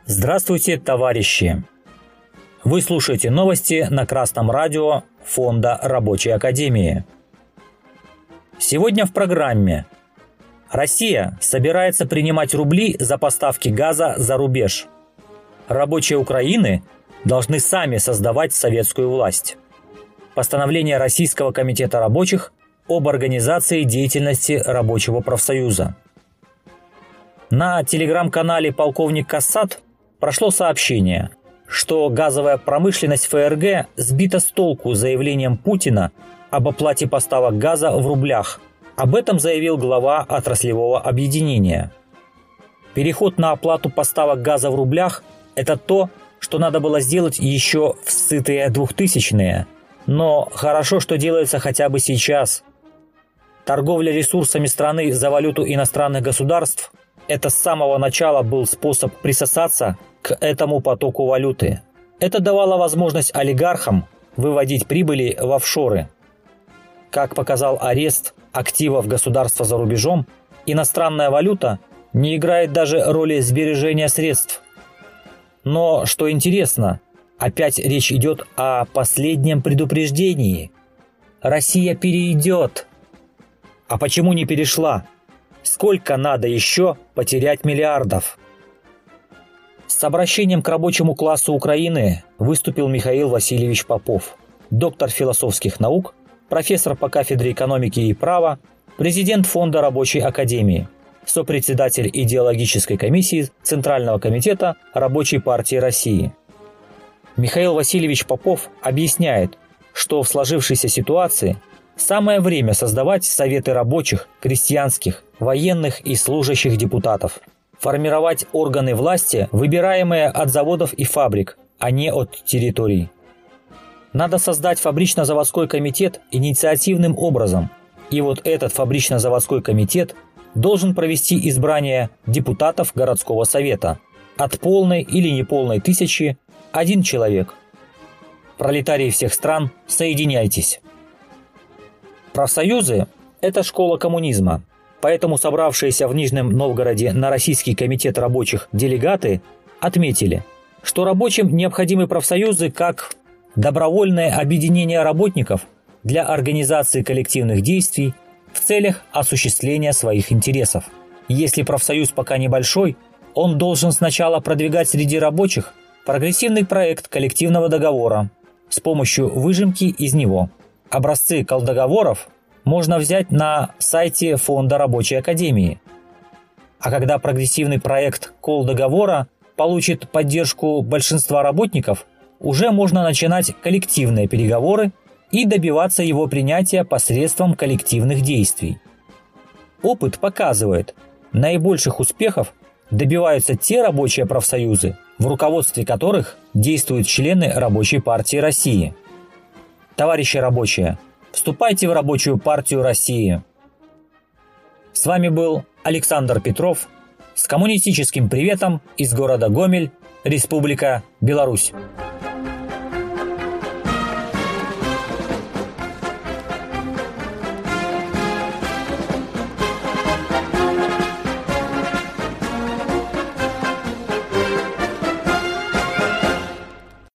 Здравствуйте, товарищи! Вы слушаете новости на Красном радио Фонда Рабочей Академии. Сегодня в программе: Россия собирается принимать рубли за поставки газа за рубеж. Рабочие Украины должны сами создавать советскую власть. Постановление Российского комитета рабочих об организации деятельности рабочего профсоюза. На телеграм-канале «Полковник Кассат» прошло сообщение, что газовая промышленность ФРГ сбита с толку заявлением Путина об оплате поставок газа в рублях. Об этом заявил глава отраслевого объединения. Переход на оплату поставок газа в рублях – это то, что надо было сделать еще в сытые 2000-е. Но хорошо, что делается хотя бы сейчас. Торговля ресурсами страны за валюту иностранных государств – это с самого начала был способ присосаться к этому потоку валюты. Это давало возможность олигархам выводить прибыли в офшоры. Как показал арест активов государства за рубежом, иностранная валюта не играет даже роли сбережения средств. Но, что интересно, опять речь идет о последнем предупреждении. Россия перейдет. А почему не перешла? Сколько надо еще потерять миллиардов? С обращением к рабочему классу Украины выступил Михаил Васильевич Попов, доктор философских наук, профессор по кафедре экономики и права, президент Фонда Рабочей Академии, сопредседатель идеологической комиссии Центрального комитета Рабочей партии России. Михаил Васильевич Попов объясняет, что в сложившейся ситуации самое время создавать советы рабочих, крестьянских, военных и служащих депутатов. Формировать органы власти, выбираемые от заводов и фабрик, а не от территорий. Надо создать фабрично-заводской комитет инициативным образом. И вот этот фабрично-заводской комитет должен провести избрание депутатов городского совета. От полной или неполной тысячи – 1 человек. Пролетарии всех стран, соединяйтесь. Профсоюзы – это школа коммунизма. Поэтому собравшиеся в Нижнем Новгороде на Российский комитет рабочих делегаты отметили, что рабочим необходимы профсоюзы как добровольное объединение работников для организации коллективных действий в целях осуществления своих интересов. Если профсоюз пока небольшой, он должен сначала продвигать среди рабочих прогрессивный проект коллективного договора с помощью выжимки из него. Образцы колдоговоров можно взять на сайте Фонда Рабочей Академии. А когда прогрессивный проект колдоговора получит поддержку большинства работников, уже можно начинать коллективные переговоры и добиваться его принятия посредством коллективных действий. Опыт показывает, наибольших успехов добиваются те рабочие профсоюзы, в руководстве которых действуют члены Рабочей партии России. Товарищи рабочие, вступайте в Рабочую партию России. С вами был Александр Петров с коммунистическим приветом из города Гомель, Республика Беларусь.